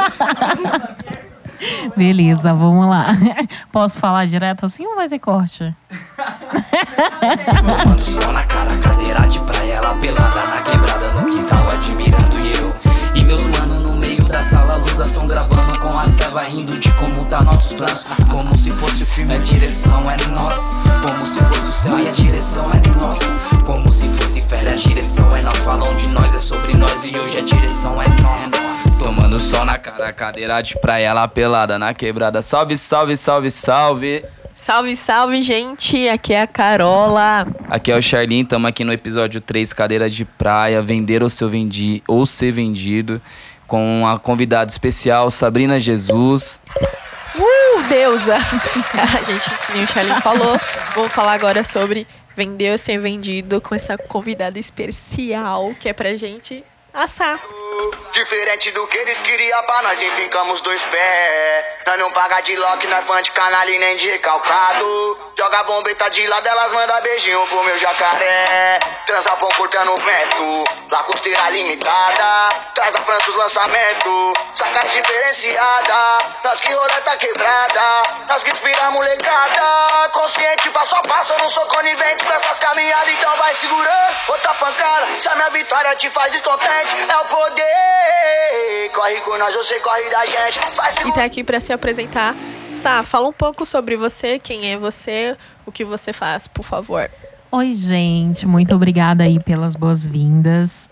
Beleza, vamos lá. Posso falar direto assim ou vai ter corte? Tomando sol na cara, cadeira de praia, ela pelada na quebrada, no quintal, admirando eu. E meus mano no meio da sala, luz ação gravando com a ceva, rindo de como tá nossos planos. Como se fosse o filme, a direção é nossa. Como se fosse o céu e a direção é nossa. Como se fosse fé, a direção é nós. Falam de nós, é sobre nós e hoje a direção é nossa. Tomando sol na cara, cadeira de praia, ela pelada na quebrada. Salve, salve, salve, salve. Salve, salve, gente! Aqui é a Carola. Aqui é o Charlin, estamos aqui no episódio 3, Cadeira de Praia, Vender ou Ser Vendido, com a convidada especial, Sabrina Jesus. Deusa! A gente, que nem o Charlin falou, vamos falar agora sobre Vender ou Ser Vendido com essa convidada especial, que é pra gente assar. Diferente do que eles queriam pra nós, enfincamos dois pés. Nós não paga de lock, nós fã de canal e nem de recalcado. Joga bombeta de lado, elas mandam beijinho pro meu jacaré. Transa pão cortando o vento, lá costeira limitada. Traz a França os lançamentos, saca diferenciada. Nós que roleta quebrada, nós que inspira a molecada. Consciente passo a passo, eu não sou conivente com essas caminhadas, então vai segurando. Outra pancada, se a minha vitória te faz descontente, é o poder. Corre com nós, você corre da gente. E tá aqui pra se apresentar. Sá, fala um pouco sobre você, quem é você, o que você faz, por favor. Oi, gente. Muito obrigada aí pelas boas-vindas.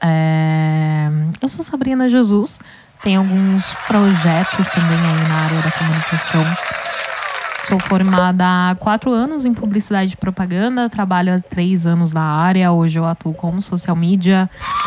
Eu sou Sabrina Jesus. Tenho alguns projetos também aí na área da comunicação. Sou formada há 4 anos em publicidade e propaganda. Trabalho há 3 anos na área. Hoje eu atuo como social media.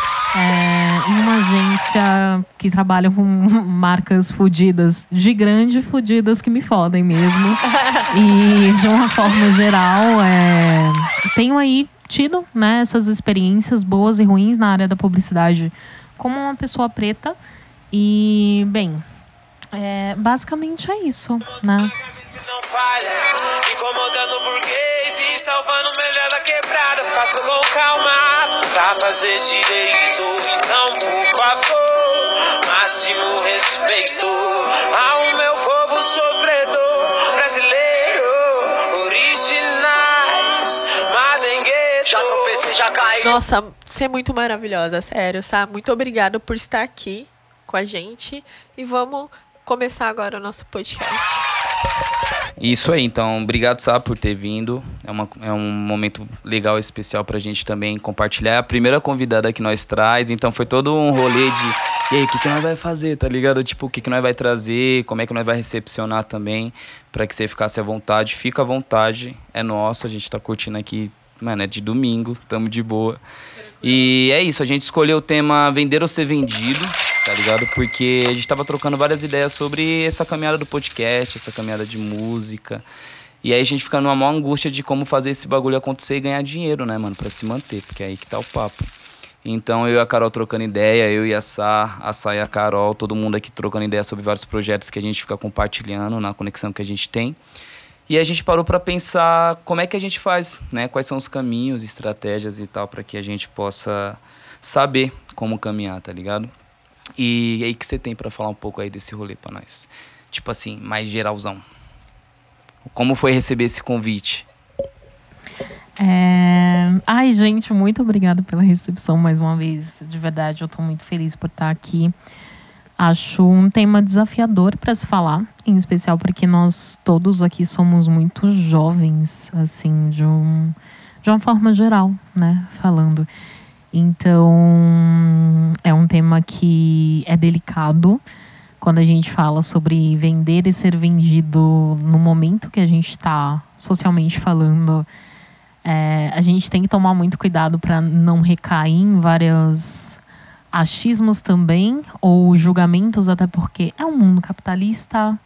Em uma agência que trabalha com marcas fodidas, de grande fodidas que me fodem mesmo. E de uma forma geral, tenho aí tido, né, essas experiências boas e ruins na área da publicidade como uma pessoa preta. E, bem, basicamente é isso, né? Não falha, incomodando o burguês e salvando o melhor da quebrada. Faço com calma pra fazer direito. Então, por favor, máximo respeito ao meu povo sofredor brasileiro. Originais, madengueto. Já tropecei, já caí. Nossa, você é muito maravilhosa, sério, Sá. Muito obrigada por estar aqui com a gente. E vamos começar agora o nosso podcast. Isso aí, então, obrigado, Sá, por ter vindo. É um momento legal e especial pra gente também compartilhar. É a primeira convidada que nós traz, então foi todo um rolê de... E aí, o que nós vai fazer, tá ligado? Tipo, o que nós vai trazer, como é que nós vai recepcionar também, pra que você ficasse à vontade. Fica à vontade, é nosso, a gente tá curtindo aqui, mano, é de domingo, tamo de boa. E é isso, a gente escolheu o tema Vender ou Ser Vendido, tá ligado? Porque a gente tava trocando várias ideias sobre essa caminhada do podcast, essa caminhada de música. E aí a gente fica numa maior angústia de como fazer esse bagulho acontecer e ganhar dinheiro, né, mano? Pra se manter, porque é aí que tá o papo. Então eu e a Carol trocando ideia, eu e a Sá e a Carol, todo mundo aqui trocando ideia sobre vários projetos que a gente fica compartilhando na conexão que a gente tem. E a gente parou pra pensar como é que a gente faz, né? Quais são os caminhos, estratégias e tal, pra que a gente possa saber como caminhar, tá ligado? E aí, o que você tem pra falar um pouco aí desse rolê pra nós? Tipo assim, mais geralzão. Como foi receber esse convite? Ai, gente, muito obrigada pela recepção mais uma vez. De verdade, eu tô muito feliz por estar aqui. Acho um tema desafiador para se falar, em especial porque nós todos aqui somos muito jovens, assim, de uma forma geral, né, falando. Então, é um tema que é delicado quando a gente fala sobre vender e ser vendido no momento que a gente está socialmente falando. A gente tem que tomar muito cuidado para não recair em vários achismos também, ou julgamentos, até porque é um mundo capitalista,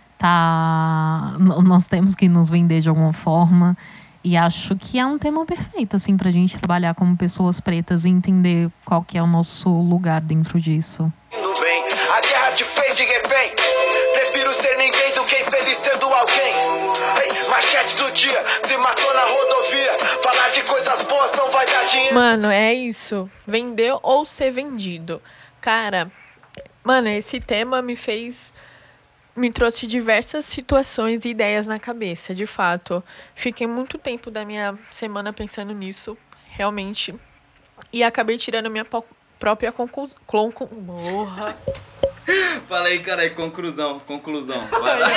nós temos que nos vender de alguma forma. E acho que é um tema perfeito, assim, pra gente trabalhar como pessoas pretas e entender qual que é o nosso lugar dentro disso. Bem, a guerra te fez de refém. Prefiro ser ninguém do que infeliz sendo alguém. Ei, machete do dia, se matou na rodovia. Falar de coisas boas não vai dar dinheiro. Mano, é isso. Vender ou ser vendido. Cara, Mano, esse tema me trouxe diversas situações e ideias na cabeça, de fato. Fiquei muito tempo da minha semana pensando nisso, realmente. E acabei tirando minha própria conclusão. Morra. Falei, cara, conclusão. Vai lá.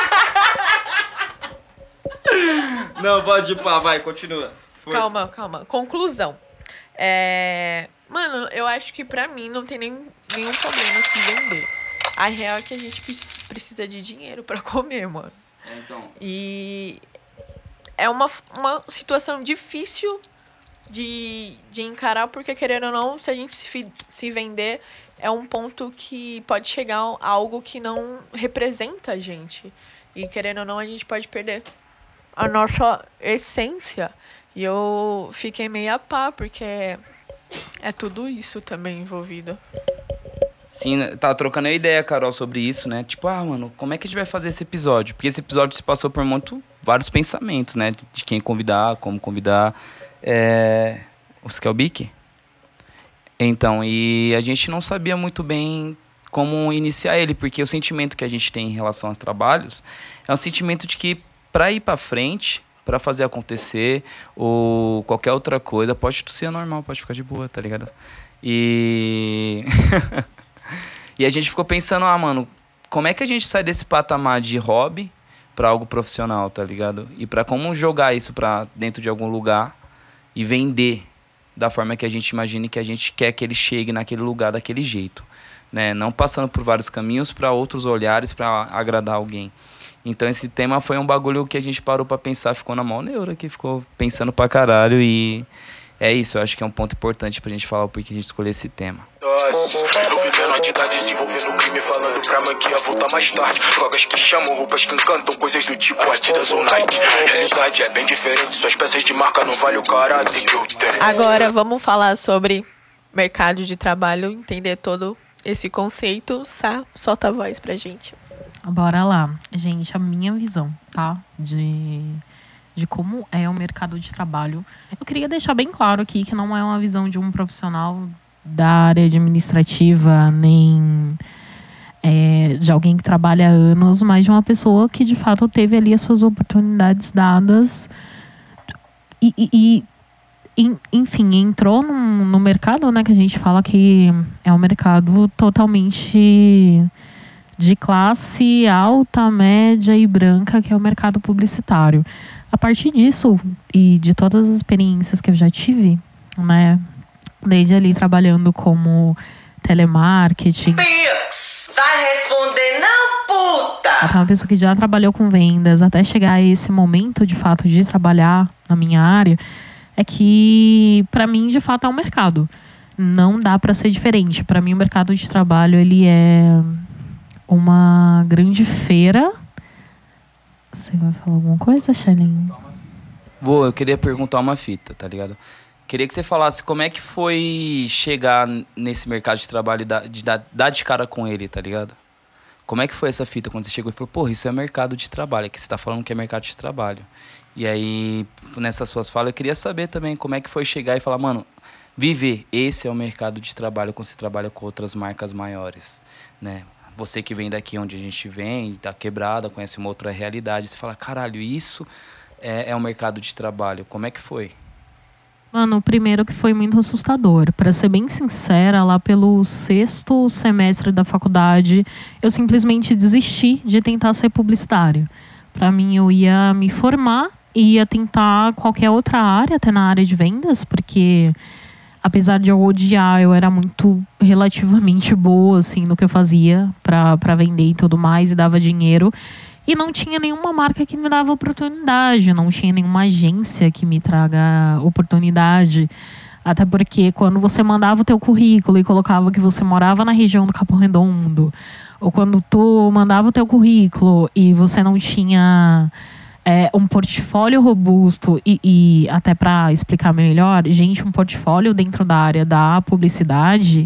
Não, pode ir, pá, vai, continua. Força. Calma. Conclusão. Mano, eu acho que pra mim não tem nenhum problema se vender. A real é que a gente precisa de dinheiro pra comer, mano. Então. E é uma situação difícil de encarar, porque querendo ou não, se a gente se vender, é um ponto que pode chegar a algo que não representa a gente. E querendo ou não, a gente pode perder a nossa essência. E eu fiquei meio a pá, porque é tudo isso também envolvido. Sim, tá trocando a ideia, Carol, sobre isso, né? Tipo, mano, como é que a gente vai fazer esse episódio? Porque esse episódio se passou por vários pensamentos, né? De quem convidar, como convidar. O Skelbic. Então, e a gente não sabia muito bem como iniciar ele, porque o sentimento que a gente tem em relação aos trabalhos é um sentimento de que pra ir pra frente, pra fazer acontecer, ou qualquer outra coisa, pode ser normal, pode ficar de boa, tá ligado? E... E a gente ficou pensando, mano, como é que a gente sai desse patamar de hobby pra algo profissional, tá ligado? E pra como jogar isso pra dentro de algum lugar e vender da forma que a gente imagina, que a gente quer que ele chegue naquele lugar daquele jeito, né? Não passando por vários caminhos pra outros olhares, pra agradar alguém. Então esse tema foi um bagulho que a gente parou pra pensar, ficou na mão neura aqui, ficou pensando pra caralho e... É isso, eu acho que é um ponto importante pra gente falar o porquê a gente escolheu esse tema. Eu vivendo a entidade, desenvolvendo crime, falando pra mãe que ia voltar mais tarde. Drogas que chamam, roupas que encantam, coisas do tipo Adidas ou Nike. Realidade é bem diferente, suas peças de marca não valem o caráter que eu tenho. Agora vamos falar sobre mercado de trabalho, entender todo esse conceito. Solta a voz pra gente. Bora lá. Gente, a minha visão, tá? De como é o mercado de trabalho. Eu queria deixar bem claro aqui que não é uma visão de um profissional da área administrativa, nem de alguém que trabalha há anos, mas de uma pessoa que, de fato, teve ali as suas oportunidades dadas enfim, entrou no mercado, né, que a gente fala que é um mercado totalmente de classe alta, média e branca, que é o mercado publicitário. A partir disso e de todas as experiências que eu já tive, né, desde ali trabalhando como telemarketing. Vai responder não, puta! Até uma pessoa que já trabalhou com vendas, até chegar a esse momento, de fato, de trabalhar na minha área, é que, para mim, de fato, é um mercado. Não dá para ser diferente. Para mim, o mercado de trabalho, ele é uma grande feira. Você vai falar alguma coisa, Shelly? Eu queria perguntar uma fita, tá ligado? Queria que você falasse como é que foi chegar nesse mercado de trabalho e dar de cara com ele, tá ligado? Como é que foi essa fita quando você chegou e falou, porra, isso é mercado de trabalho, é que você tá falando que é mercado de trabalho. E aí, nessas suas falas, eu queria saber também como é que foi chegar e falar, mano, viver, esse é o mercado de trabalho quando você trabalha com outras marcas maiores, né? Você que vem daqui onde a gente vem, da quebrada, conhece uma outra realidade, você fala, caralho, isso é um mercado de trabalho. Como é que foi? Mano, primeiro que foi muito assustador. Para ser bem sincera, lá pelo 6º semestre da faculdade, eu simplesmente desisti de tentar ser publicitária. Para mim, eu ia me formar e ia tentar qualquer outra área, até na área de vendas, porque apesar de eu odiar, eu era muito relativamente boa, assim, no que eu fazia para vender e tudo mais, e dava dinheiro. E não tinha nenhuma marca que me dava oportunidade, não tinha nenhuma agência que me traga oportunidade. Até porque quando você mandava o teu currículo e colocava que você morava na região do Capão Redondo, ou quando tu mandava o teu currículo e você não tinha um portfólio robusto, e até para explicar melhor, gente, um portfólio dentro da área da publicidade,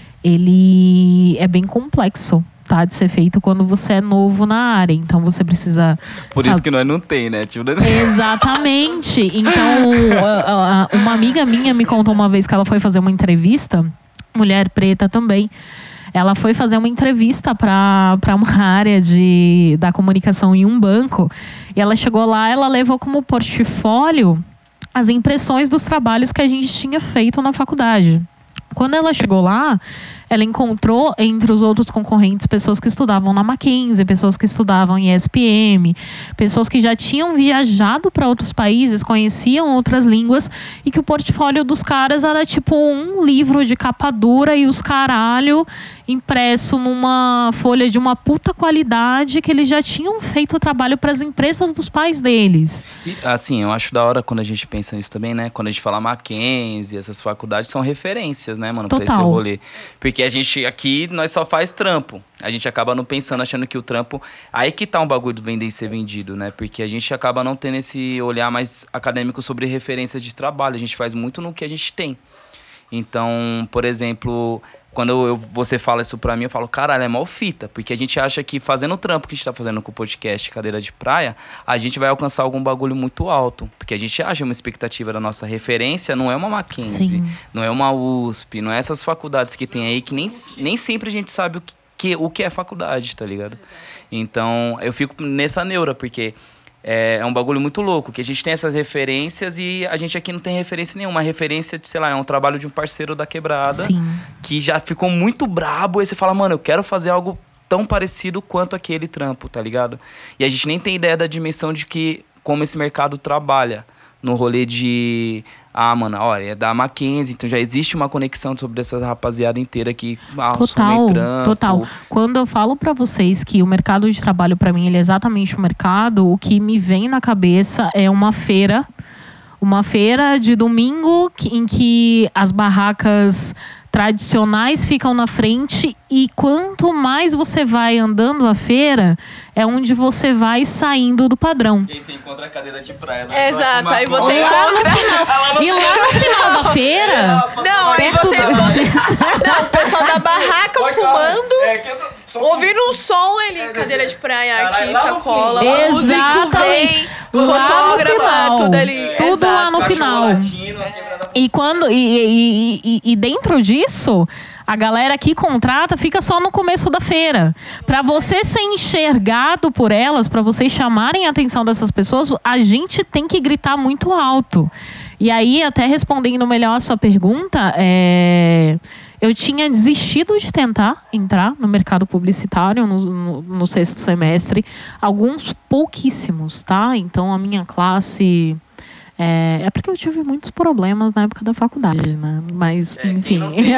ele é bem complexo, tá, de ser feito quando você é novo na área. Então você precisa... Por isso que nós não tem, né? Tipo... Exatamente. Então, uma amiga minha me contou uma vez que ela foi fazer uma entrevista, mulher preta também. ela foi fazer uma entrevista para uma área da comunicação em um banco. E ela chegou lá, ela levou como portfólio as impressões dos trabalhos que a gente tinha feito na faculdade. Quando ela chegou lá, ela encontrou, entre os outros concorrentes, pessoas que estudavam na Mackenzie, pessoas que estudavam em ESPM, pessoas que já tinham viajado para outros países, conheciam outras línguas, e que o portfólio dos caras era tipo um livro de capa dura e os caralho impresso numa folha de uma puta qualidade, que eles já tinham feito o trabalho para as empresas dos pais deles. E, assim, eu acho da hora quando a gente pensa nisso também, né? Quando a gente fala Mackenzie, essas faculdades são referências, né, mano? Total. Pra esse rolê. Porque a gente aqui, nós só faz trampo. A gente acaba não pensando, achando que o trampo... Aí que tá um bagulho do vender e ser vendido, né? Porque a gente acaba não tendo esse olhar mais acadêmico sobre referências de trabalho. A gente faz muito no que a gente tem. Então, por exemplo... Quando você fala isso pra mim, eu falo, caralho, é mó fita. Porque a gente acha que fazendo o trampo que a gente tá fazendo com o podcast Cadeira de Praia, a gente vai alcançar algum bagulho muito alto. Porque a gente acha uma expectativa da nossa referência, não é uma Mackenzie, Sim. não é uma USP, não é essas faculdades que tem aí que nem sempre a gente sabe o que é faculdade, tá ligado? Então, eu fico nessa neura, porque... É um bagulho muito louco, que a gente tem essas referências e a gente aqui não tem referência nenhuma. A referência de, sei lá, é um trabalho de um parceiro da quebrada. Sim. Que já ficou muito brabo. Aí você fala, mano, eu quero fazer algo tão parecido quanto aquele trampo, tá ligado? E a gente nem tem ideia da dimensão de como esse mercado trabalha. No rolê de... Ah, mano, olha, é da Mackenzie, então já existe uma conexão sobre essa rapaziada inteira que assume trampo. Total. Quando eu falo pra vocês que o mercado de trabalho pra mim ele é exatamente o mercado, o que me vem na cabeça é uma feira de domingo em que as barracas tradicionais ficam na frente e quanto mais você vai andando a feira, é onde você vai saindo do padrão. E aí você encontra a cadeira de praia. Né? Exato, aí você E lá encontra... E lá no final da feira... Não, aí perto você encontra... Não, o pessoal da barraca fumando, ouvindo um som ali, cadeira de praia, artista, cola, músico, vem, fotógrafa, tudo ali. Tudo lá no final. E quando e dentro disso, a galera que contrata fica só no começo da feira. Para você ser enxergado por elas, para vocês chamarem a atenção dessas pessoas, a gente tem que gritar muito alto. E aí, até respondendo melhor a sua pergunta, eu tinha desistido de tentar entrar no mercado publicitário no sexto semestre. Alguns pouquíssimos, tá? Então, a minha classe... É porque eu tive muitos problemas na época da faculdade, né? Mas, enfim.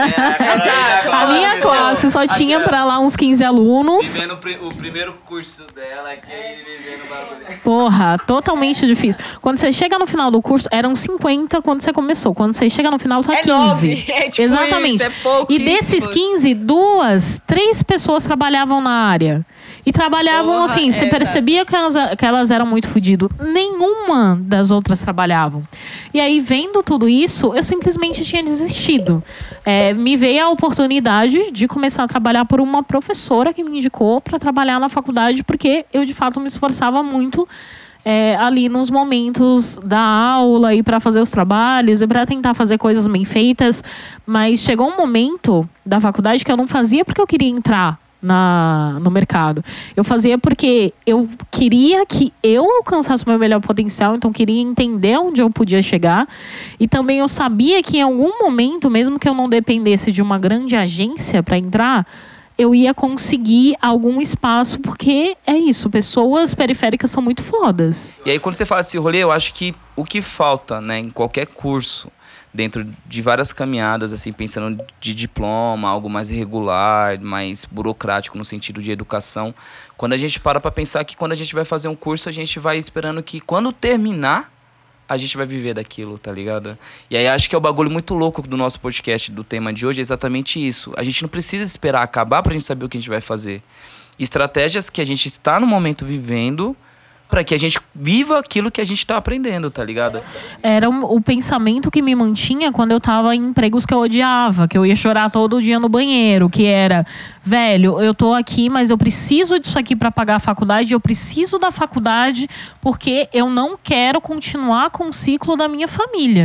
A minha classe só tinha pra lá uns 15 alunos. Vivendo o primeiro curso dela aqui, vivendo o bagulho. Porra, totalmente difícil. Quando você chega no final do curso, eram 50 quando você começou. Quando você chega no final, tá 15. 9. É tipo exatamente. Isso, é pouquíssimos. E desses 15, 3 pessoas trabalhavam na área. E trabalhavam assim, você percebia que elas eram muito fodidas. Nenhuma das outras trabalhavam. E aí, vendo tudo isso, eu simplesmente tinha desistido. Me veio a oportunidade de começar a trabalhar por uma professora que me indicou para trabalhar na faculdade, porque eu, de fato, me esforçava muito ali nos momentos da aula e para fazer os trabalhos e para tentar fazer coisas bem feitas. Mas chegou um momento da faculdade que eu não fazia porque eu queria entrar no mercado. Eu fazia porque eu queria que eu alcançasse o meu melhor potencial, então queria entender onde eu podia chegar. E também eu sabia que em algum momento, mesmo que eu não dependesse de uma grande agência para entrar, eu ia conseguir algum espaço, porque é isso, pessoas periféricas são muito fodas. E aí, quando você fala desse rolê, eu acho que o que falta, né, em qualquer curso, dentro de várias caminhadas, assim, pensando de diploma, algo mais irregular, mais burocrático no sentido de educação. Quando a gente para pensar que quando a gente vai fazer um curso, a gente vai esperando que quando terminar, a gente vai viver daquilo, tá ligado? E aí acho que é o bagulho muito louco do nosso podcast, do tema de hoje, é exatamente isso. A gente não precisa esperar acabar pra gente saber o que a gente vai fazer. Estratégias que a gente está no momento vivendo, para que a gente viva aquilo que a gente tá aprendendo, tá ligado? Era o pensamento que me mantinha quando eu tava em empregos que eu odiava, que eu ia chorar todo dia no banheiro, que era, velho, eu tô aqui, mas eu preciso disso aqui para pagar a faculdade, eu preciso da faculdade porque eu não quero continuar com o ciclo da minha família.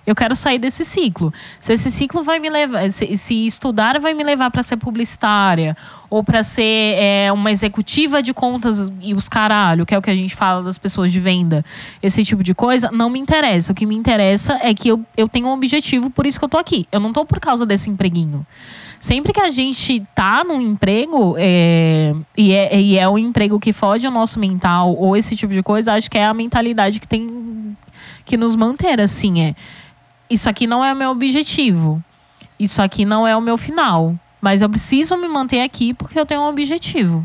Eu quero sair desse ciclo. Se esse ciclo vai me levar... Se estudar vai me levar para ser publicitária ou para ser uma executiva de contas e os caralho, que é o que a gente fala das pessoas de venda, esse tipo de coisa, não me interessa. O que me interessa é que eu tenho um objetivo, por isso que eu tô aqui. Eu não tô por causa desse empreguinho. Sempre que a gente tá num emprego e é um emprego que foge o nosso mental ou esse tipo de coisa, acho que é a mentalidade que tem que nos manter, assim, isso aqui não é o meu objetivo, isso aqui não é o meu final, mas eu preciso me manter aqui porque eu tenho um objetivo.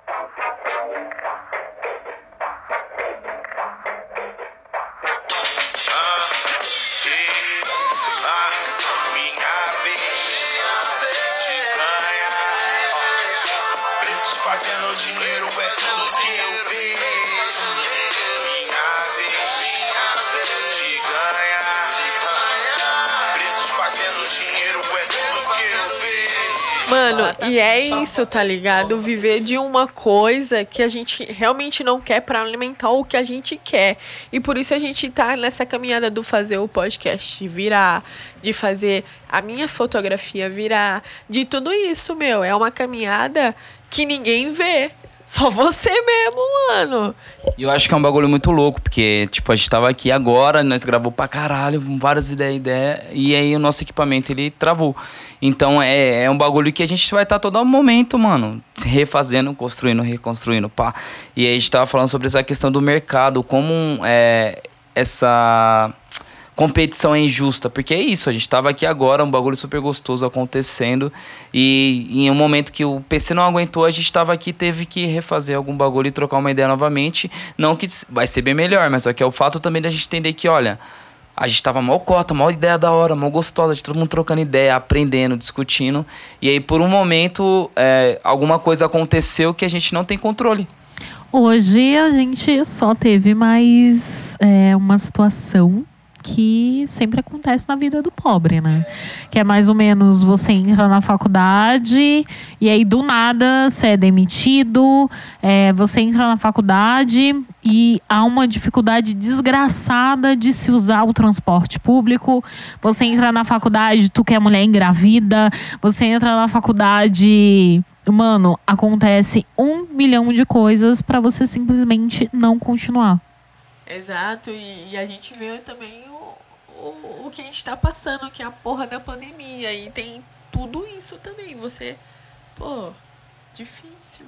Mano, e é isso, tá ligado? Viver de uma coisa que a gente realmente não quer pra alimentar o que a gente quer. E por isso a gente tá nessa caminhada do fazer o podcast virar, de fazer a minha fotografia virar, de tudo isso, meu. É uma caminhada que ninguém vê. Só você mesmo, mano. E eu acho que é um bagulho muito louco, porque, tipo, a gente tava aqui agora, nós gravou pra caralho, várias ideias, e aí o nosso equipamento, ele travou. Então, é um bagulho que a gente vai estar todo momento, mano, refazendo, construindo, reconstruindo, pá. E aí a gente tava falando sobre essa questão do mercado, como essa competição é injusta, porque é isso, a gente tava aqui agora, um bagulho super gostoso acontecendo, e em um momento que o PC não aguentou, a gente tava aqui, teve que refazer algum bagulho e trocar uma ideia novamente, não que vai ser bem melhor, mas só que é o fato também da gente entender que, olha, a gente tava mal cota, mal ideia da hora, mal gostosa, de todo mundo trocando ideia, aprendendo, discutindo, e aí por um momento, alguma coisa aconteceu que a gente não tem controle. Hoje a gente só teve mais uma situação que sempre acontece na vida do pobre, né? Que é mais ou menos você entra na faculdade e aí do nada você é demitido, você entra na faculdade e há uma dificuldade desgraçada de se usar o transporte público. Você entra na faculdade, tu que é mulher engravida, você entra na faculdade... Mano, acontece 1 milhão de coisas pra você simplesmente não continuar. Exato, e a gente vê também o que a gente tá passando, que é a porra da pandemia. E tem tudo isso também. Você, pô, difícil.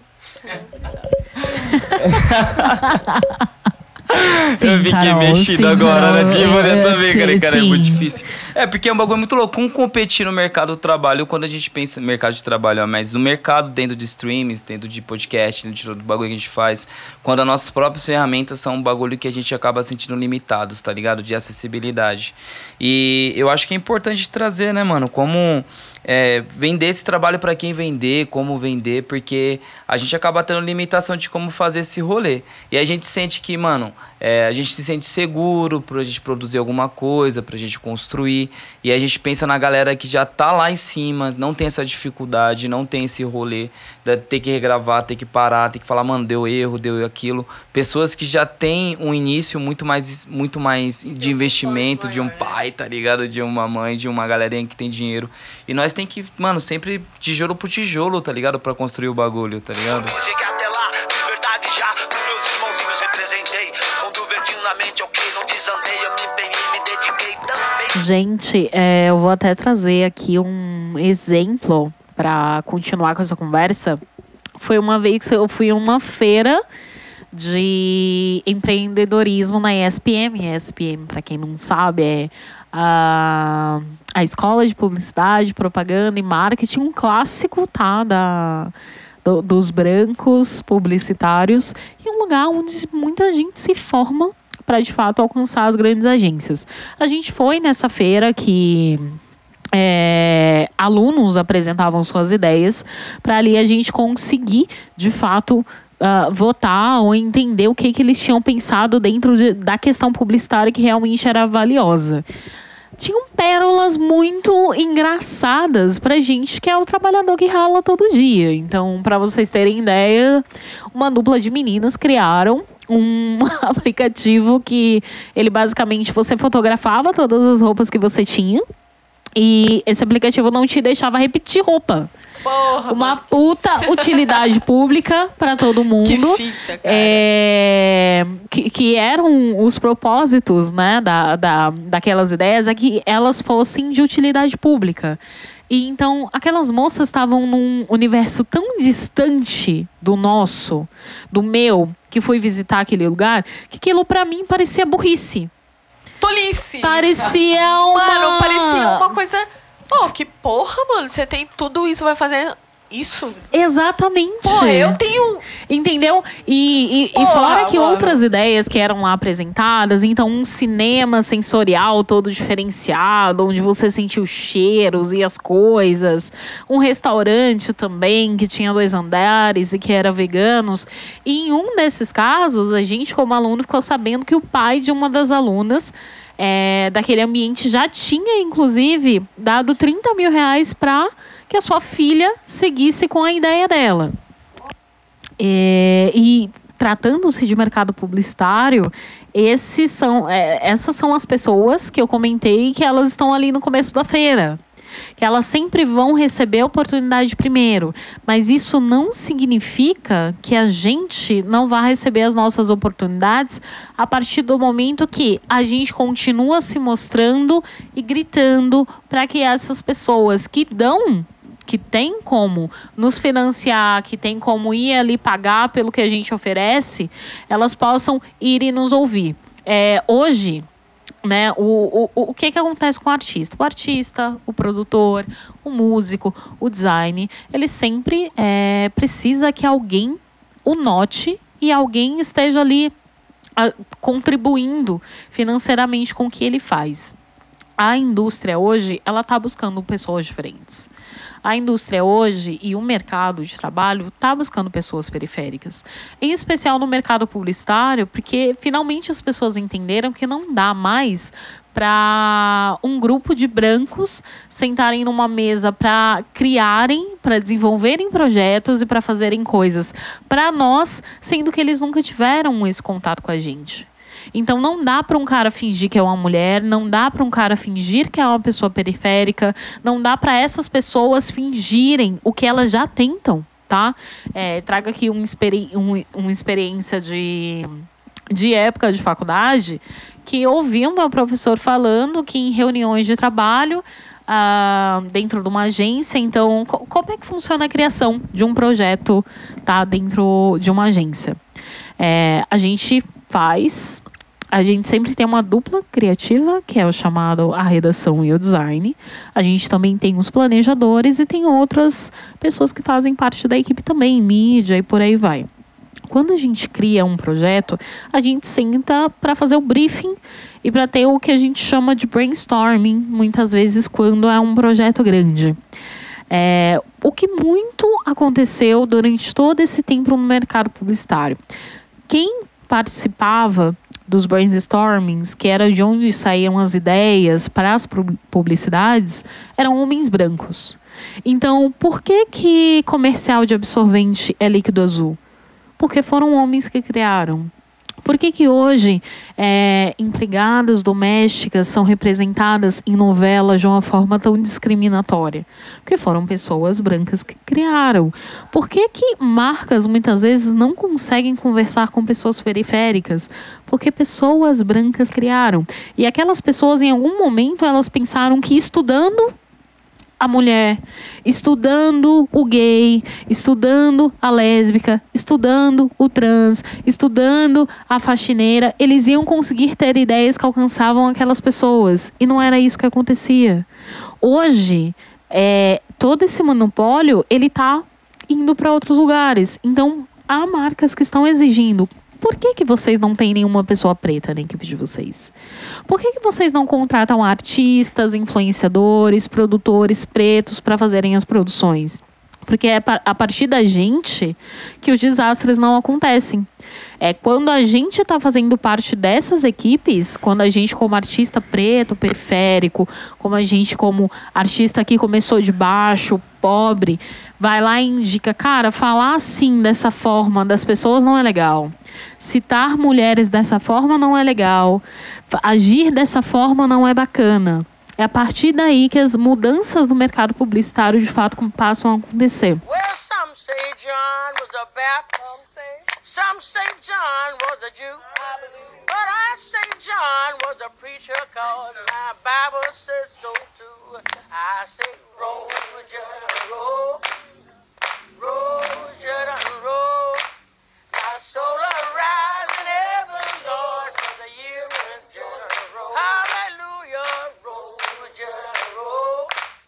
Sim, eu fiquei Carol, mexido sim, agora, Carol, na Diva também, cara, é sim. muito difícil. Porque é um bagulho muito louco. Como competir no mercado do trabalho, quando a gente pensa no mercado de trabalho, mas no mercado dentro de streams, dentro de podcast, dentro de todo o bagulho que a gente faz, quando as nossas próprias ferramentas são um bagulho que a gente acaba sentindo limitados, tá ligado? De acessibilidade. E eu acho que é importante trazer, né, mano, como... vender esse trabalho para quem vender, como vender, porque a gente acaba tendo limitação de como fazer esse rolê. E a gente sente que, mano, a gente se sente seguro pra gente produzir alguma coisa, pra gente construir. E a gente pensa na galera que já tá lá em cima, não tem essa dificuldade, não tem esse rolê de ter que regravar, ter que parar, ter que falar, mano, deu erro, deu aquilo. Pessoas que já têm um início muito mais de investimento, de um pai, tá ligado? De uma mãe, de uma galerinha que tem dinheiro. E nós tem que, mano, sempre tijolo por tijolo, tá ligado? Pra construir o bagulho, tá ligado? Cheguei até lá, liberdade já, pros meus irmãozinhos representei. Quando verdinho na mente, ok, não desandei, eu me empenhei, me dediquei também. Gente, eu vou até trazer aqui um exemplo pra continuar com essa conversa. Foi uma vez que eu fui a uma feira de empreendedorismo na ESPM. ESPM, pra quem não sabe, é a Escola de Publicidade, Propaganda e Marketing, um clássico, tá? Dos brancos publicitários, e um lugar onde muita gente se forma para, de fato, alcançar as grandes agências. A gente foi nessa feira que alunos apresentavam suas ideias, para ali a gente conseguir, de fato, votar ou entender o que eles tinham pensado dentro da questão publicitária que realmente era valiosa. Tinham pérolas muito engraçadas pra gente que é o trabalhador que rala todo dia. Então, pra vocês terem ideia, uma dupla de meninas criaram um aplicativo que ele basicamente, você fotografava todas as roupas que você tinha e esse aplicativo não te deixava repetir roupa. Porra, Uma mano, puta utilidade pública para todo mundo. que fita, cara. Que eram os propósitos, né, daquelas ideias, é que elas fossem de utilidade pública. E então, aquelas moças estavam num universo tão distante do nosso, do meu, que fui visitar aquele lugar, que aquilo pra mim parecia burrice. Tolice! Parecia uma... Mano, parecia uma coisa... Pô, que porra, mano. Você tem tudo isso, vai fazer isso? Exatamente. Pô, eu tenho... Entendeu? E Porra, fora que mano. outras ideias que eram lá apresentadas, então um cinema sensorial todo diferenciado, onde você sentia os cheiros e as coisas. Um restaurante também, que tinha 2 andares e que era veganos. E em um desses casos, a gente como aluno ficou sabendo que o pai de uma das alunas daquele ambiente já tinha, inclusive, dado 30 mil reais para que a sua filha seguisse com a ideia dela. E tratando-se de mercado publicitário, essas são as pessoas que eu comentei que elas estão ali no começo da feira. Que elas sempre vão receber a oportunidade primeiro. Mas isso não significa que a gente não vá receber as nossas oportunidades a partir do momento que a gente continua se mostrando e gritando para que essas pessoas que tem como nos financiar, que tem como ir ali pagar pelo que a gente oferece, elas possam ir e nos ouvir. Hoje, né, o que acontece com o artista? O artista, o produtor, o músico, o design, ele sempre precisa que alguém o note e alguém esteja ali contribuindo financeiramente com o que ele faz. A indústria hoje, ela está buscando pessoas diferentes. A indústria hoje e o mercado de trabalho está buscando pessoas periféricas. Em especial no mercado publicitário, porque finalmente as pessoas entenderam que não dá mais para um grupo de brancos sentarem numa mesa para criarem, para desenvolverem projetos e para fazerem coisas para nós, sendo que eles nunca tiveram esse contato com a gente. Então não dá para um cara fingir que é uma mulher, não dá para um cara fingir que é uma pessoa periférica, não dá para essas pessoas fingirem o que elas já tentam, tá? Trago aqui uma experiência de época de faculdade, que eu ouvi o meu professor falando que em reuniões de trabalho, dentro de uma agência, então, como é que funciona a criação de um projeto, tá, dentro de uma agência? A gente sempre tem uma dupla criativa, que é o chamado a redação e o design. A gente também tem os planejadores e tem outras pessoas que fazem parte da equipe também, mídia e por aí vai. Quando a gente cria um projeto, a gente senta para fazer o briefing e para ter o que a gente chama de brainstorming, muitas vezes quando é um projeto grande. O que muito aconteceu durante todo esse tempo no mercado publicitário. Quem participava dos brainstormings, que era de onde saíam as ideias para as publicidades, eram homens brancos. Então, por que comercial de absorvente é líquido azul? Porque foram homens que criaram. Por que hoje empregadas domésticas são representadas em novelas de uma forma tão discriminatória? Porque foram pessoas brancas que criaram. Por que marcas muitas vezes não conseguem conversar com pessoas periféricas? Porque pessoas brancas criaram. E aquelas pessoas, em algum momento, elas pensaram que estudando a mulher, estudando o gay, estudando a lésbica, estudando o trans, estudando a faxineira, eles iam conseguir ter ideias que alcançavam aquelas pessoas. E não era isso que acontecia. Hoje, todo esse monopólio, ele está indo para outros lugares. Então, há marcas que estão exigindo. Por que vocês não têm nenhuma pessoa preta na equipe de vocês? Por que vocês não contratam artistas, influenciadores, produtores pretos para fazerem as produções? Porque é a partir da gente que os desastres não acontecem. Quando a gente está fazendo parte dessas equipes, quando a gente como artista preto, periférico, como a gente como artista que começou de baixo, pobre, vai lá e indica, cara, falar assim, dessa forma, das pessoas não é legal. Citar mulheres dessa forma não é legal. Agir dessa forma não é bacana. É a partir daí que as mudanças no mercado publicitário, de fato, passam a acontecer. Well, some say John was a Baptist. Some say John was a Jew. But I say John was a preacher, cause my Bible says so too. I say roll, Jordan, roll. Roll, Jordan, roll. My soul arise in heaven, Lord, for the year in Jordan roll. Hallelujah, roll, Jordan, roll.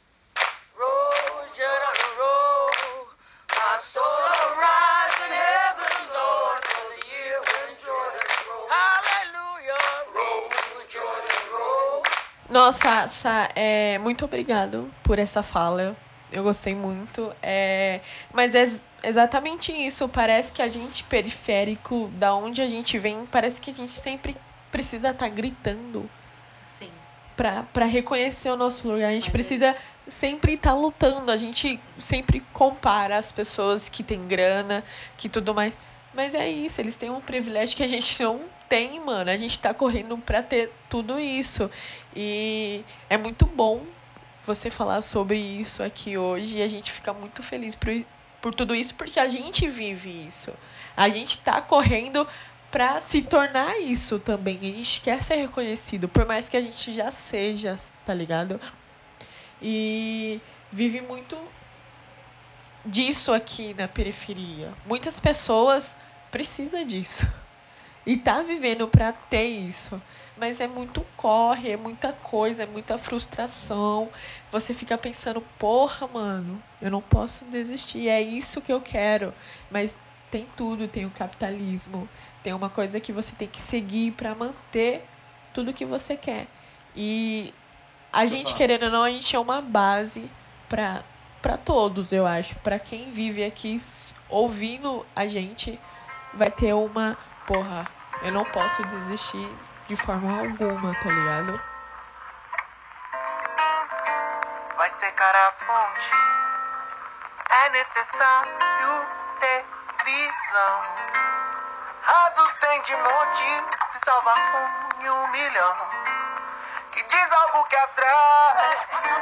Roll, Jordan, roll. My soul arise in heaven, Lord, for the year in Jordan roll. Hallelujah, roll, Jordan, roll. Nossa, Sá, muito obrigado por essa fala. Eu gostei muito. Mas é exatamente isso. Parece que a gente periférico, da onde a gente vem, parece que a gente sempre precisa estar gritando. Sim. Pra reconhecer o nosso lugar. A gente precisa sempre estar lutando. A gente sempre compara as pessoas que têm grana, que tudo mais. Mas é isso, eles têm um privilégio que a gente não tem, mano. A gente tá correndo pra ter tudo isso. E é muito bom você falar sobre isso aqui hoje. E a gente fica muito feliz por tudo isso, porque a gente vive isso. A gente tá correndo pra se tornar isso também. A gente quer ser reconhecido, por mais que a gente já seja, tá ligado? E vive muito disso aqui na periferia. Muitas pessoas precisam disso. E tá vivendo pra ter isso. Mas é muito corre, é muita coisa, é muita frustração. Você fica pensando, porra, mano, eu não posso desistir, é isso que eu quero. Mas tem tudo, tem o capitalismo, tem uma coisa que você tem que seguir pra manter tudo que você quer. E a gente, querendo ou não, a gente é uma base pra todos, eu acho. Pra quem vive aqui ouvindo a gente, vai ter uma, porra, eu não posso desistir de forma alguma, tá ligado? Vai secar a fonte. É necessário ter visão. Rasos tem de monte, se salva 1 em 1 milhão. Que diz algo que atrai.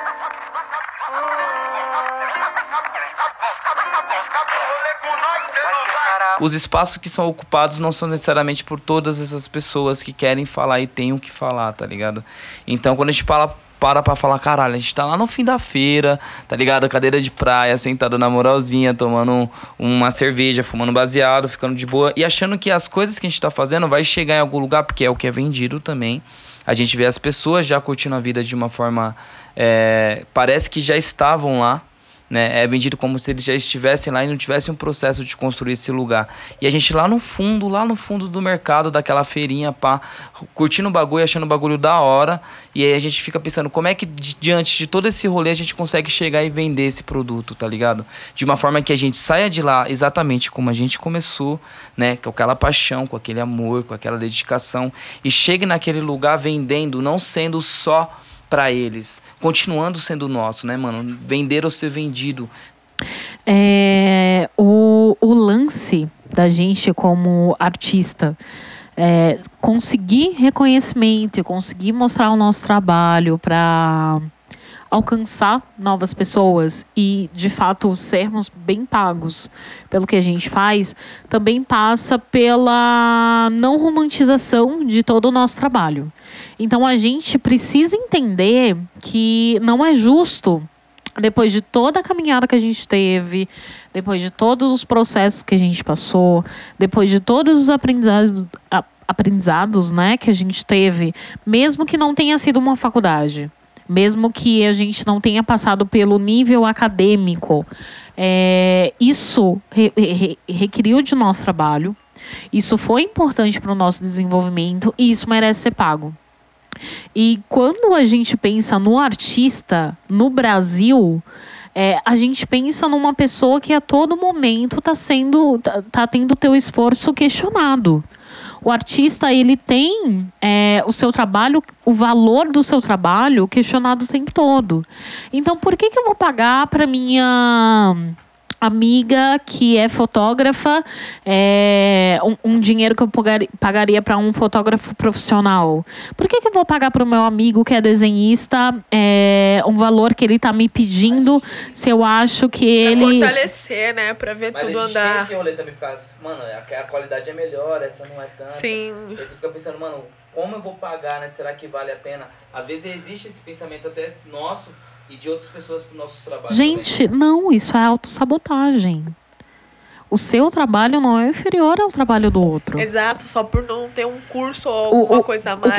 Os espaços que são ocupados não são necessariamente por todas essas pessoas que querem falar e têm o que falar, tá ligado? Então, quando a gente para pra falar, caralho, a gente tá lá no fim da feira, tá ligado? Cadeira de praia, sentada na moralzinha, tomando uma cerveja, fumando baseado, ficando de boa e achando que as coisas que a gente tá fazendo vai chegar em algum lugar, porque é o que é vendido também. A gente vê as pessoas já curtindo a vida de uma forma... parece que já estavam lá, né? É vendido como se eles já estivessem lá e não tivessem um processo de construir esse lugar. E a gente lá no fundo do mercado, daquela feirinha, pá, curtindo o bagulho, achando o bagulho da hora. E aí a gente fica pensando, como é que diante de todo esse rolê a gente consegue chegar e vender esse produto, tá ligado? De uma forma que a gente saia de lá exatamente como a gente começou, né? Com aquela paixão, com aquele amor, com aquela dedicação. E chegue naquele lugar vendendo, não sendo só pra eles, continuando sendo nosso, né, mano? Vender ou ser vendido. O lance da gente como artista conseguir reconhecimento e conseguir mostrar o nosso trabalho para alcançar novas pessoas e, de fato, sermos bem pagos pelo que a gente faz, também passa pela não romantização de todo o nosso trabalho. Então, a gente precisa entender que não é justo, depois de toda a caminhada que a gente teve, depois de todos os processos que a gente passou, depois de todos os aprendizados, né, que a gente teve, mesmo que não tenha sido uma faculdade, mesmo que a gente não tenha passado pelo nível acadêmico, isso requeriu de nosso trabalho, isso foi importante para o nosso desenvolvimento e isso merece ser pago. E quando a gente pensa no artista, no Brasil, a gente pensa numa pessoa que a todo momento tá tendo o teu esforço questionado. O artista, ele tem o seu trabalho, o valor do seu trabalho questionado o tempo todo. Então, por que eu vou pagar para minha amiga que é fotógrafa um dinheiro que eu pagaria para um fotógrafo profissional? Por que eu vou pagar para o meu amigo que é desenhista um valor que ele está me pedindo se eu acho que ele... fortalecer, né? Pra ver Mas tudo a gente andar. tem esse rolê também, ficar, mano, a qualidade é melhor, essa não é tanto. Sim. Aí você fica pensando, mano, como eu vou pagar, né? Será que vale a pena? Às vezes existe esse pensamento até nosso e de outras pessoas para os nossos trabalhos. Gente, também. não, isso é autossabotagem. O seu trabalho não é inferior ao trabalho do outro. Exato, só por não ter um curso ou alguma coisa a mais.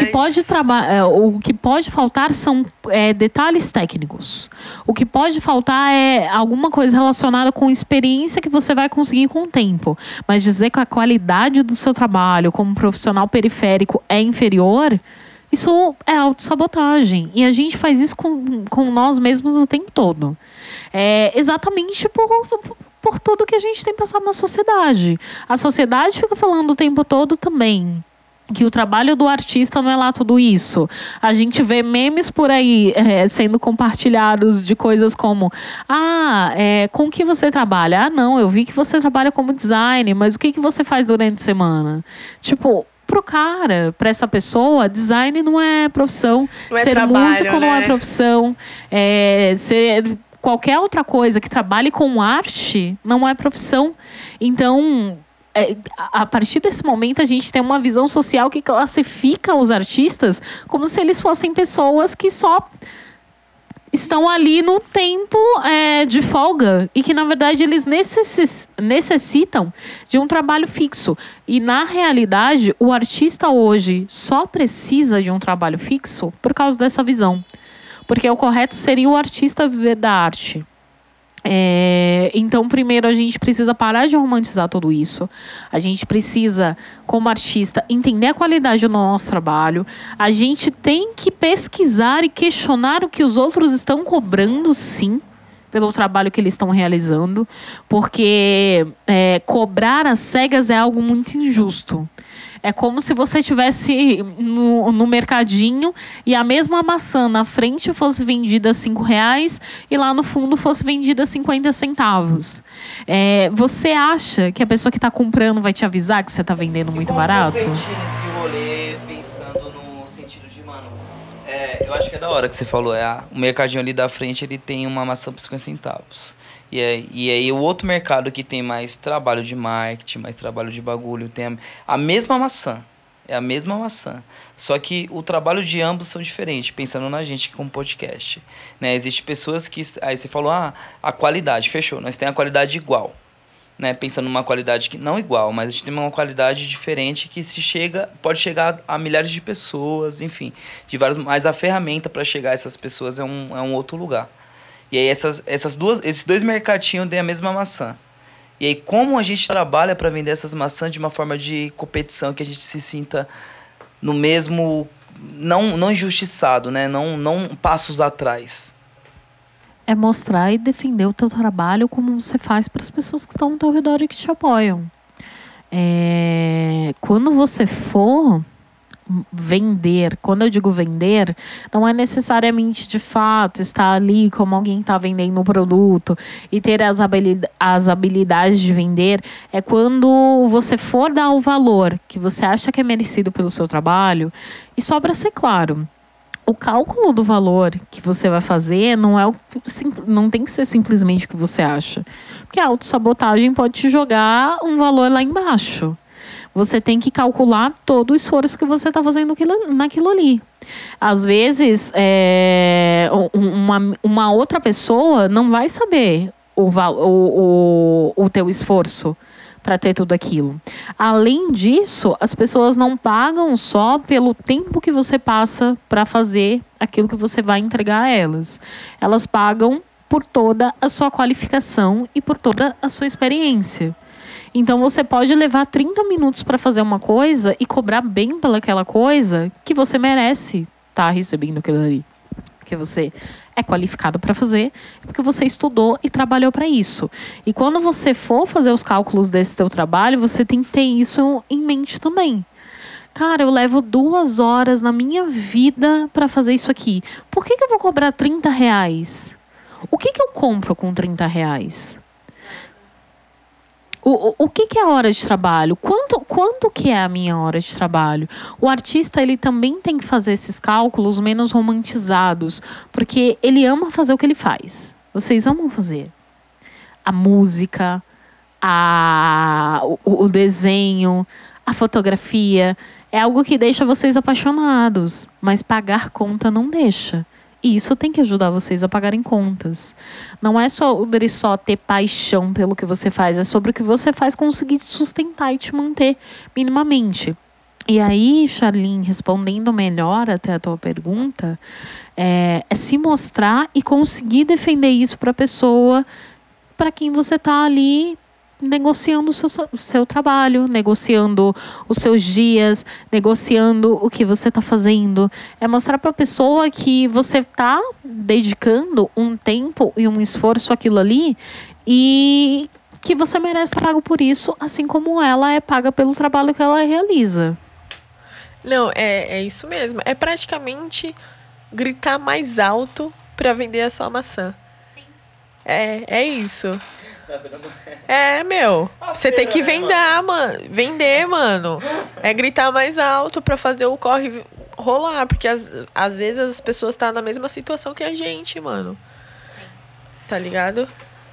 O que pode faltar são detalhes técnicos. O que pode faltar é alguma coisa relacionada com experiência que você vai conseguir com o tempo. Mas dizer que a qualidade do seu trabalho como profissional periférico é inferior, isso é autossabotagem. E a gente faz isso com nós mesmos o tempo todo. Exatamente por tudo que a gente tem passado na sociedade. A sociedade fica falando o tempo todo também que o trabalho do artista não é lá tudo isso. A gente vê memes por aí sendo compartilhados de coisas como com que você trabalha? Não, eu vi que você trabalha como designer, mas o que você faz durante a semana? Tipo, para essa pessoa, design não é profissão. Não é ser trabalho, músico não né? é profissão. Ser qualquer outra coisa que trabalhe com arte não é profissão. Então, a partir desse momento, a gente tem uma visão social que classifica os artistas como se eles fossem pessoas que só estão ali no tempo de folga e que, na verdade, eles necessitam de um trabalho fixo. E, na realidade, o artista hoje só precisa de um trabalho fixo por causa dessa visão. Porque o correto seria o artista viver da arte. Então, primeiro, a gente precisa parar de romantizar tudo isso. A gente precisa, como artista, entender a qualidade do nosso trabalho. A gente tem que pesquisar e questionar o que os outros estão cobrando, sim, pelo trabalho que eles estão realizando. Porque cobrar às cegas é algo muito injusto. É como se você estivesse no mercadinho e a mesma maçã na frente fosse vendida a R$5 e lá no fundo fosse vendida a 50 centavos. Você acha que a pessoa que está comprando vai te avisar que você está vendendo muito barato? Eu nesse rolê pensando no sentido de, mano, eu acho que é da hora que você falou. O mercadinho ali da frente, ele tem uma maçã por 50 centavos. E aí o outro mercado que tem mais trabalho de marketing, mais trabalho de bagulho, tem a mesma maçã. É a mesma maçã. Só que o trabalho de ambos são diferentes, pensando na gente como podcast. Né? Existem pessoas que... Aí você falou, a qualidade, fechou. Nós temos a qualidade igual. Né? Pensando numa qualidade que não igual, mas a gente tem uma qualidade diferente que pode chegar a milhares de pessoas, enfim. Mas a ferramenta para chegar a essas pessoas é um outro lugar. E aí esses dois mercadinhos têm a mesma maçã. E aí como a gente trabalha para vender essas maçãs de uma forma de competição que a gente se sinta no mesmo... Não injustiçado, né? Não passos atrás. É mostrar e defender o teu trabalho como você faz para as pessoas que estão ao teu redor e que te apoiam. Quando você for vender, quando eu digo vender, não é necessariamente de fato estar ali como alguém está vendendo um produto e ter as habilidades de vender. É quando você for dar o valor que você acha que é merecido pelo seu trabalho. E só para ser claro, o cálculo do valor que você vai fazer não tem que ser simplesmente o que você acha. Porque a autossabotagem pode te jogar um valor lá embaixo. Você tem que calcular todo o esforço que você está fazendo naquilo ali. Às vezes, uma outra pessoa não vai saber o teu esforço para ter tudo aquilo. Além disso, as pessoas não pagam só pelo tempo que você passa para fazer aquilo que você vai entregar a elas. Elas pagam por toda a sua qualificação e por toda a sua experiência. Então, você pode levar 30 minutos para fazer uma coisa e cobrar bem pelaquela coisa que você merece estar recebendo aquilo ali. porque você é qualificado para fazer, é porque você estudou e trabalhou para isso. E quando você for fazer os cálculos desse teu trabalho, você tem que ter isso em mente também. Cara, eu levo 2 horas na minha vida para fazer isso aqui. Por que eu vou cobrar R$30? O que eu compro com R$30? O que é a hora de trabalho? Quanto que é a minha hora de trabalho? O artista, ele também tem que fazer esses cálculos menos romantizados, porque ele ama fazer o que ele faz. Vocês amam fazer a música, o desenho, a fotografia. É algo que deixa vocês apaixonados, mas pagar conta não deixa. E isso tem que ajudar vocês a pagarem contas. Não é sobre só ter paixão pelo que você faz, é sobre o que você faz conseguir te sustentar e te manter minimamente. E aí, Charlene, respondendo melhor até a tua pergunta, é se mostrar e conseguir defender isso para a pessoa para quem você está ali negociando o seu trabalho, negociando os seus dias, negociando o que você está fazendo. É mostrar para a pessoa que você está dedicando um tempo e um esforço àquilo ali e que você merece ser pago por isso, assim como ela é paga pelo trabalho que ela realiza. Não, é isso mesmo. É praticamente gritar mais alto para vender a sua maçã. Sim. É isso. Você tem que vender, mano. É gritar mais alto pra fazer o corre rolar. Porque às vezes as pessoas estão na mesma situação que a gente, mano. Sim. Tá ligado?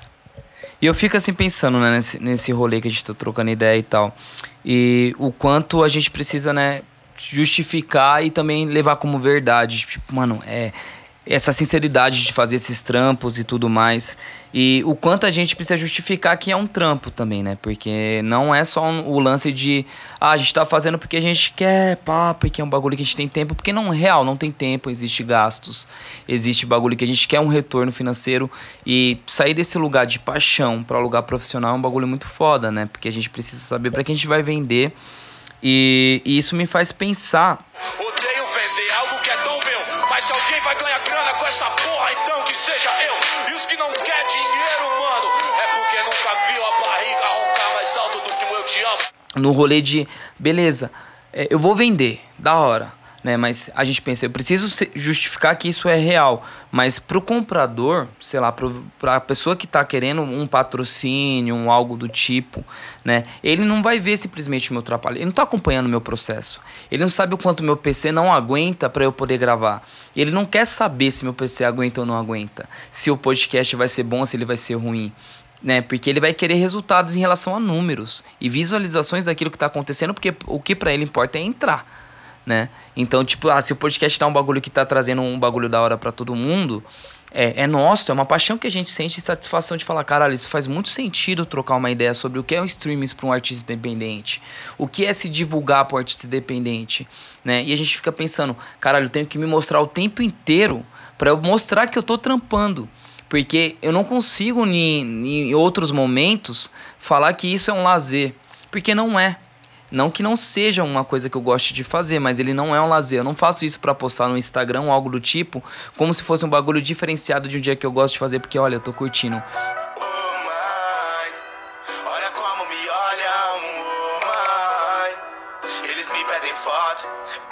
E eu fico assim pensando, né, nesse rolê que a gente tá trocando ideia e tal. E o quanto a gente precisa, né, justificar e também levar como verdade. Tipo, mano, essa sinceridade de fazer esses trampos e tudo mais. E o quanto a gente precisa justificar que é um trampo também, né? Porque não é só o lance de... a gente tá fazendo porque a gente quer, porque é um bagulho que a gente tem tempo. Porque não, real, não tem tempo, existe gastos. Existe bagulho que a gente quer um retorno financeiro. E sair desse lugar de paixão para lugar profissional é um bagulho muito foda, né? Porque a gente precisa saber para quem a gente vai vender. E isso me faz pensar... Odeio vender algo que é tão meu, mas se alguém vai ganhar grana com essa porra, então que seja eu. E os que não quer dinheiro, mano, é porque nunca viu a barriga roncar mais alto do que o eu te amo. No rolê de, beleza, eu vou vender, da hora, né? Mas a gente pensa, eu preciso justificar que isso é real. Mas pro comprador, sei lá, pra pessoa que tá querendo um patrocínio, algo do tipo, né? Ele não vai ver simplesmente o meu trabalho. Ele não tá acompanhando o meu processo. Ele não sabe o quanto meu PC não aguenta pra eu poder gravar. Ele não quer saber se meu PC aguenta ou não aguenta. Se o podcast vai ser bom ou se ele vai ser ruim. Né? Porque ele vai querer resultados em relação a números e visualizações daquilo que tá acontecendo, porque o que pra ele importa é entrar. Né? Então, tipo, se o podcast tá um bagulho que tá trazendo um bagulho da hora pra todo mundo, é nosso, é uma paixão que a gente sente e satisfação de falar, caralho, isso faz muito sentido trocar uma ideia sobre o que é o streaming pra um artista independente, o que é se divulgar pra um artista independente, né? E a gente fica pensando, caralho, eu tenho que me mostrar o tempo inteiro pra eu mostrar que eu tô trampando. Porque eu não consigo, em outros momentos, falar que isso é um lazer. Porque não é. Não que não seja uma coisa que eu goste de fazer, mas ele não é um lazer. Eu não faço isso pra postar no Instagram ou algo do tipo, como se fosse um bagulho diferenciado de um dia que eu gosto de fazer, porque, olha, eu tô curtindo. Olha como me olham, eles me pedem foto,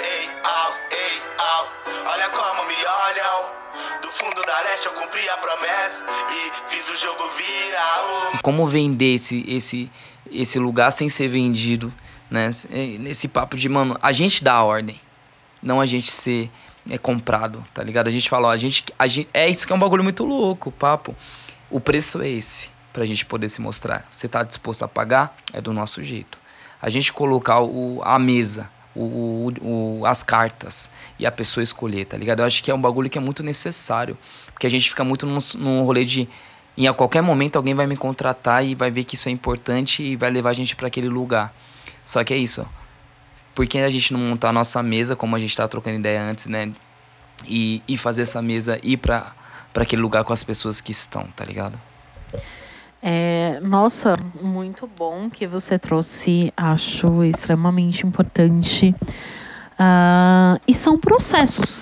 olha como me olham, do fundo da leste eu cumpri a promessa e fiz o jogo virar. Como vender esse lugar sem ser vendido, né? Nesse papo de, mano, a gente dá a ordem, não a gente ser comprado, tá ligado? A gente fala, ó, a gente é isso que é um bagulho muito louco, papo. O preço é esse, pra gente poder se mostrar. Você tá disposto a pagar? É do nosso jeito. A gente colocar a mesa, as cartas e a pessoa escolher, tá ligado? Eu acho que é um bagulho que é muito necessário, porque a gente fica muito num rolê de a qualquer momento alguém vai me contratar e vai ver que isso é importante e vai levar a gente pra aquele lugar. Só que é isso, ó. Por que a gente não montar a nossa mesa, como a gente tá trocando ideia antes, né? E fazer essa mesa ir pra aquele lugar com as pessoas que estão, tá ligado? Nossa, muito bom que você trouxe, acho extremamente importante. E são processos,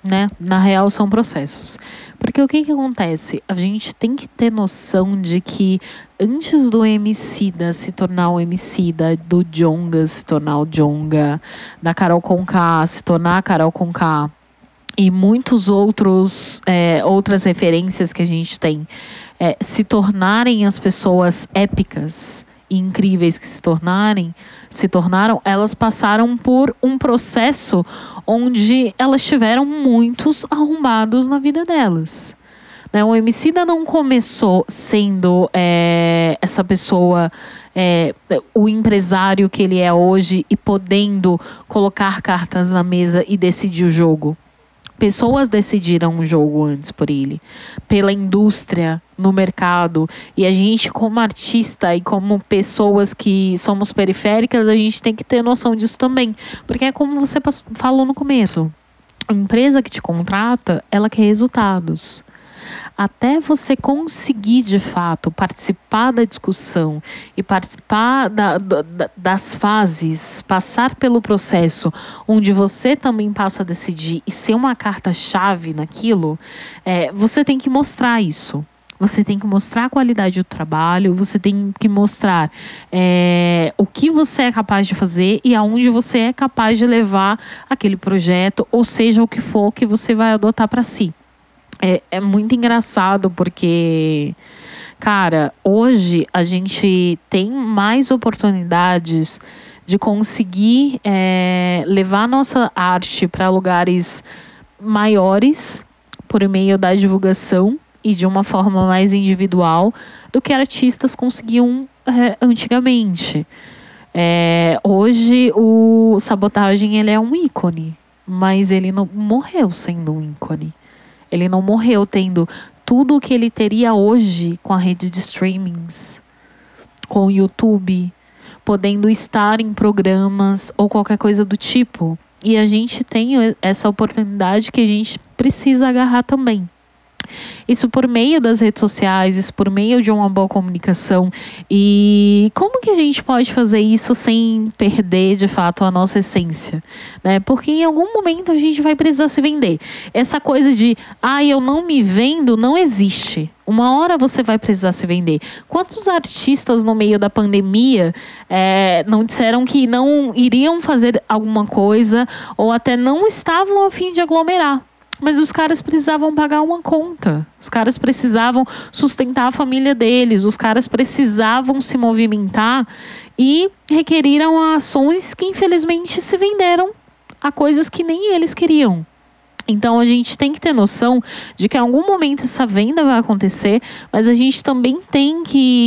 né? Na real, são processos. Porque o que acontece? A gente tem que ter noção de que antes do Emicida se tornar o Emicida, do Djonga se tornar o Djonga, da Carol Conká se tornar a Carol Conká, e muitos outras referências que a gente tem, se tornarem as pessoas épicas e incríveis que se tornaram, elas passaram por um processo onde elas tiveram muitos arrombados na vida delas. Né? O Emicida não começou sendo essa pessoa, o empresário que ele é hoje e podendo colocar cartas na mesa e decidir o jogo. Pessoas decidiram o jogo antes por ele, pela indústria, no mercado. E a gente, como artista e como pessoas que somos periféricas, a gente tem que ter noção disso também. Porque é como você falou no começo. A empresa que te contrata, ela quer resultados. Até você conseguir, de fato, participar da discussão e participar das fases, passar pelo processo onde você também passa a decidir e ser uma carta-chave naquilo, você tem que mostrar isso. Você tem que mostrar a qualidade do trabalho, você tem que mostrar o que você é capaz de fazer e aonde você é capaz de levar aquele projeto, ou seja, o que for que você vai adotar para si. É muito engraçado porque, cara, hoje a gente tem mais oportunidades de conseguir levar a nossa arte para lugares maiores por meio da divulgação e de uma forma mais individual do que artistas conseguiam antigamente. Hoje o Sabotagem ele é um ícone, mas ele não morreu sendo um ícone. Ele não morreu tendo tudo o que ele teria hoje com a rede de streamings, com o YouTube, podendo estar em programas ou qualquer coisa do tipo. E a gente tem essa oportunidade que a gente precisa agarrar também. Isso por meio das redes sociais, isso por meio de uma boa comunicação. E como que a gente pode fazer isso sem perder, de fato, a nossa essência? Né? Porque em algum momento a gente vai precisar se vender. Essa coisa de, eu não me vendo, não existe. Uma hora você vai precisar se vender. Quantos artistas no meio da pandemia não disseram que não iriam fazer alguma coisa ou até não estavam a fim de aglomerar? Mas os caras precisavam pagar uma conta. Os caras precisavam sustentar a família deles. Os caras precisavam se movimentar e requeriram ações que, infelizmente, se venderam a coisas que nem eles queriam. Então, a gente tem que ter noção de que em algum momento essa venda vai acontecer, mas a gente também tem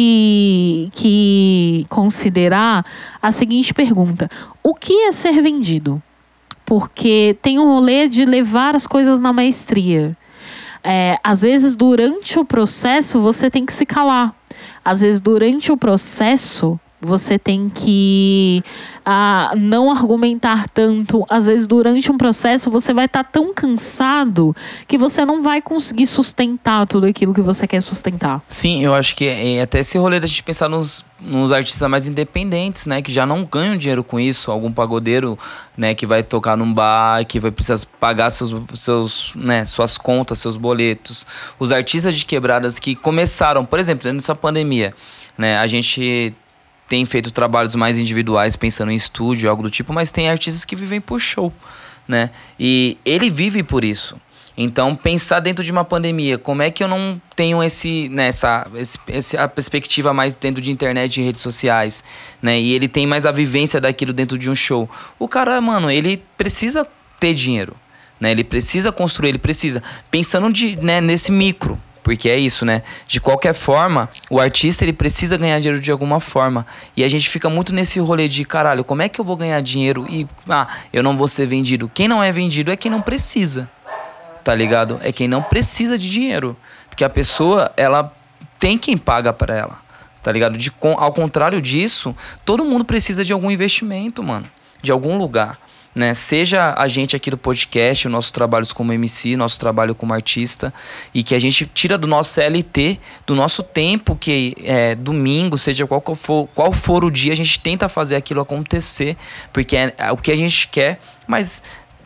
que considerar a seguinte pergunta. O que é ser vendido? Porque tem um rolê de levar as coisas na maestria. Às vezes, durante o processo, você tem que se calar. Às vezes, durante o processo, você tem que não argumentar tanto. Às vezes, durante um processo, você vai estar tão cansado que você não vai conseguir sustentar tudo aquilo que você quer sustentar. Sim, eu acho que até esse rolê da gente pensar nos artistas mais independentes, né, que já não ganham dinheiro com isso, algum pagodeiro, né, que vai tocar num bar, que vai precisar pagar suas contas, seus boletos, os artistas de quebradas que começaram, por exemplo, dentro dessa pandemia, né, a gente tem feito trabalhos mais individuais, pensando em estúdio, algo do tipo, mas tem artistas que vivem por show, né, e ele vive por isso. Então, pensar dentro de uma pandemia, como é que eu não tenho a perspectiva mais dentro de internet e redes sociais, né? E ele tem mais a vivência daquilo dentro de um show. O cara, mano, ele precisa ter dinheiro, né? Ele precisa construir, ele precisa. Pensando nesse micro, porque é isso, né? De qualquer forma, o artista, ele precisa ganhar dinheiro de alguma forma. E a gente fica muito nesse rolê de, caralho, como é que eu vou ganhar dinheiro e, eu não vou ser vendido? Quem não é vendido é quem não precisa. Tá ligado? É quem não precisa de dinheiro. Porque a pessoa, ela tem quem paga pra ela. Tá ligado? Ao contrário disso, todo mundo precisa de algum investimento, mano. De algum lugar. Né? Seja a gente aqui do podcast, o nosso trabalho como MC, nosso trabalho como artista. E que a gente tira do nosso CLT, do nosso tempo, que é domingo, seja qual for o dia, a gente tenta fazer aquilo acontecer. Porque é o que a gente quer, mas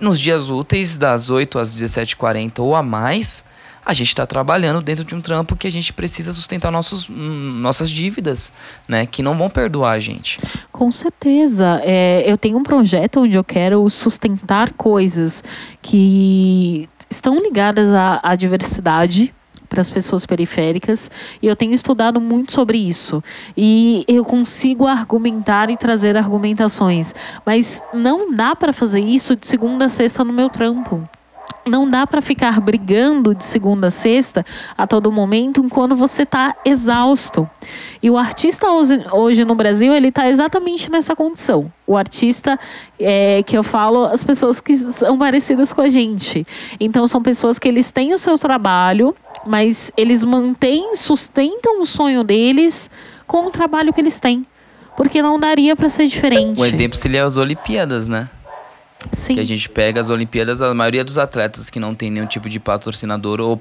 nos dias úteis, das 8 às 17h40 ou a mais, a gente está trabalhando dentro de um trampo que a gente precisa sustentar nossas dívidas, né? Que não vão perdoar a gente. Com certeza. Eu tenho um projeto onde eu quero sustentar coisas que estão ligadas à diversidade para as pessoas periféricas, e eu tenho estudado muito sobre isso, e eu consigo argumentar e trazer argumentações, mas não dá para fazer isso de segunda a sexta no meu trampo. Não dá para ficar brigando de segunda a sexta a todo momento enquanto você está exausto. E o artista hoje no Brasil, ele está exatamente nessa condição. O artista, que eu falo, as pessoas que são parecidas com a gente. Então, são pessoas que eles têm o seu trabalho, mas eles sustentam o sonho deles com o trabalho que eles têm. Porque não daria para ser diferente. Um exemplo seria as Olimpíadas, né? Sim. Que a gente pega as Olimpíadas, a maioria dos atletas que não tem nenhum tipo de patrocinador ou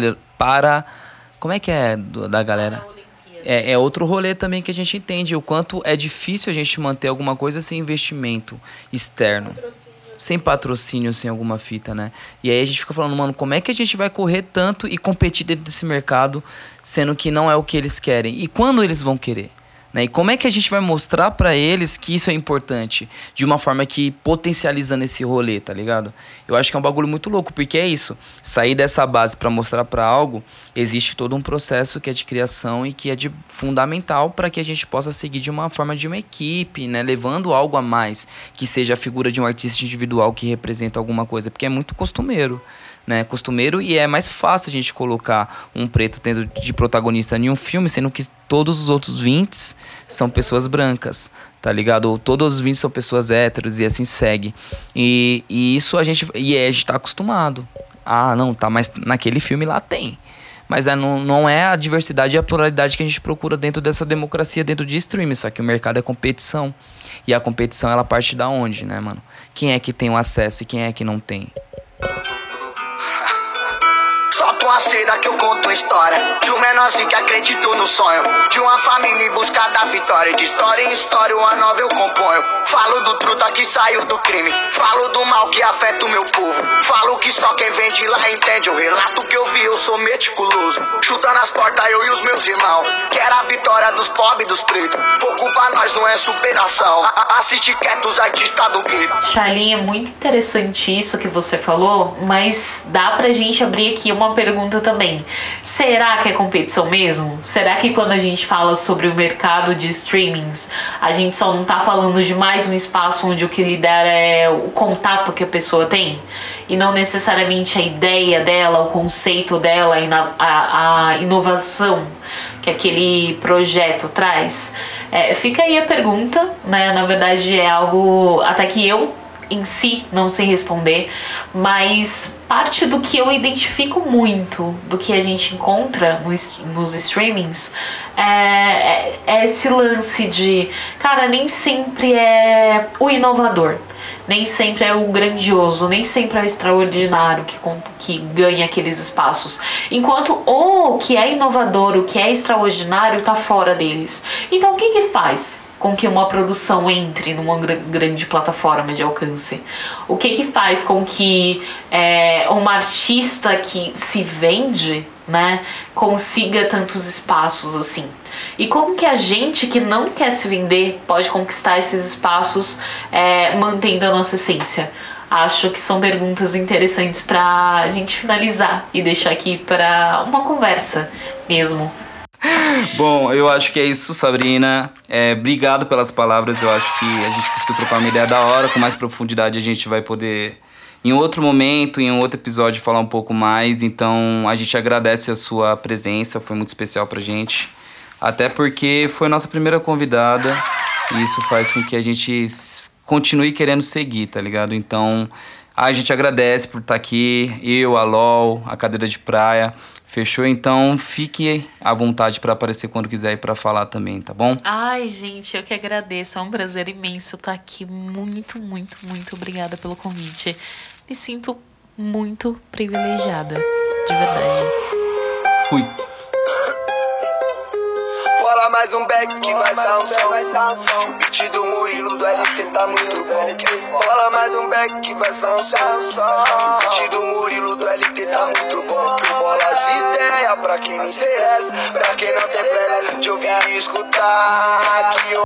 como é que é da galera? É outro rolê também que a gente entende o quanto é difícil a gente manter alguma coisa sem investimento externo. Sem patrocínio, sem alguma fita, né? E aí a gente fica falando, mano, como é que a gente vai correr tanto e competir dentro desse mercado, sendo que não é o que eles querem? E quando eles vão querer? Né? E como é que a gente vai mostrar pra eles que isso é importante? De uma forma que potencializa nesse rolê, tá ligado? Eu acho que é um bagulho muito louco, porque é isso. Sair dessa base pra mostrar pra algo, existe todo um processo que é de criação e que é de fundamental para que a gente possa seguir de uma forma de uma equipe, né? Levando algo a mais, que seja a figura de um artista individual que representa alguma coisa, porque é muito costumeiro. Né, costumeiro, e é mais fácil a gente colocar um preto dentro de protagonista em um filme, sendo que todos os outros 20 são pessoas brancas, tá ligado? Ou todos os 20 são pessoas héteros e assim segue. E isso a gente tá acostumado. Ah, não, tá, mas naquele filme lá tem. Mas não é a diversidade e a pluralidade que a gente procura dentro dessa democracia, dentro de streaming. Só que o mercado é competição. E a competição, ela parte da onde, né, mano? Quem é que tem o acesso e quem é que não tem? Solta uma seda que eu conto uma história de um menorzinho que acreditou no sonho, de uma família em busca da vitória. De história em história uma nova eu componho. Falo do truta que saiu do crime, falo do mal que afeta o meu povo, falo que só quem vem de lá entende. O relato que eu vi, eu sou meticuloso, chutando as portas eu e os meus irmãos. Quero a vitória dos pobres e dos pretos, pouco pra nós não é superação. Assiste quieto os artistas do gueto. Charlene, é muito interessante isso que você falou, mas dá pra gente abrir aqui uma pergunta também. Será que é competição mesmo? Será que quando a gente fala sobre o mercado de streamings, a gente só não tá falando de mais um espaço onde o que lidera é o contato que a pessoa tem? E não necessariamente a ideia dela, o conceito dela, a inovação que aquele projeto traz? Fica aí a pergunta, né? Na verdade é algo até que eu em si não sei responder, mas parte do que eu identifico muito do que a gente encontra nos streamings é esse lance de, cara, nem sempre é o inovador, nem sempre é o grandioso, nem sempre é o extraordinário que ganha aqueles espaços, enquanto o que é inovador, o que é extraordinário tá fora deles. Então o que faz com que uma produção entre numa grande plataforma de alcance? O que faz com que uma artista que se vende, né, consiga tantos espaços assim? E como que a gente que não quer se vender pode conquistar esses espaços mantendo a nossa essência? Acho que são perguntas interessantes pra gente finalizar e deixar aqui para uma conversa mesmo. Bom, eu acho que é isso, Sabrina. Obrigado pelas palavras. Eu acho que a gente conseguiu trocar uma ideia da hora. Com mais profundidade a gente vai poder, em outro momento, em um outro episódio, falar um pouco mais. Então a gente agradece a sua presença. Foi muito especial pra gente. Até porque foi nossa primeira convidada. E isso faz com que a gente continue querendo seguir, tá ligado? Então a gente agradece por estar aqui. Eu, a LOL, a Cadeira de Praia. Fechou? Então fique à vontade para aparecer quando quiser e para falar também, tá bom? Ai, gente, eu que agradeço. É um prazer imenso estar aqui. Muito, muito, muito obrigada pelo convite. Me sinto muito privilegiada. De verdade. Fui. What I'm mais um back que vai sair um som. O beat do Murilo do LT tá muito bom. Rola mais um back que vai sair um som. O beat do Murilo do LT tá muito bom. Que bola as ideias pra quem não interessa, pra quem não tem pressa de ouvir e escutar.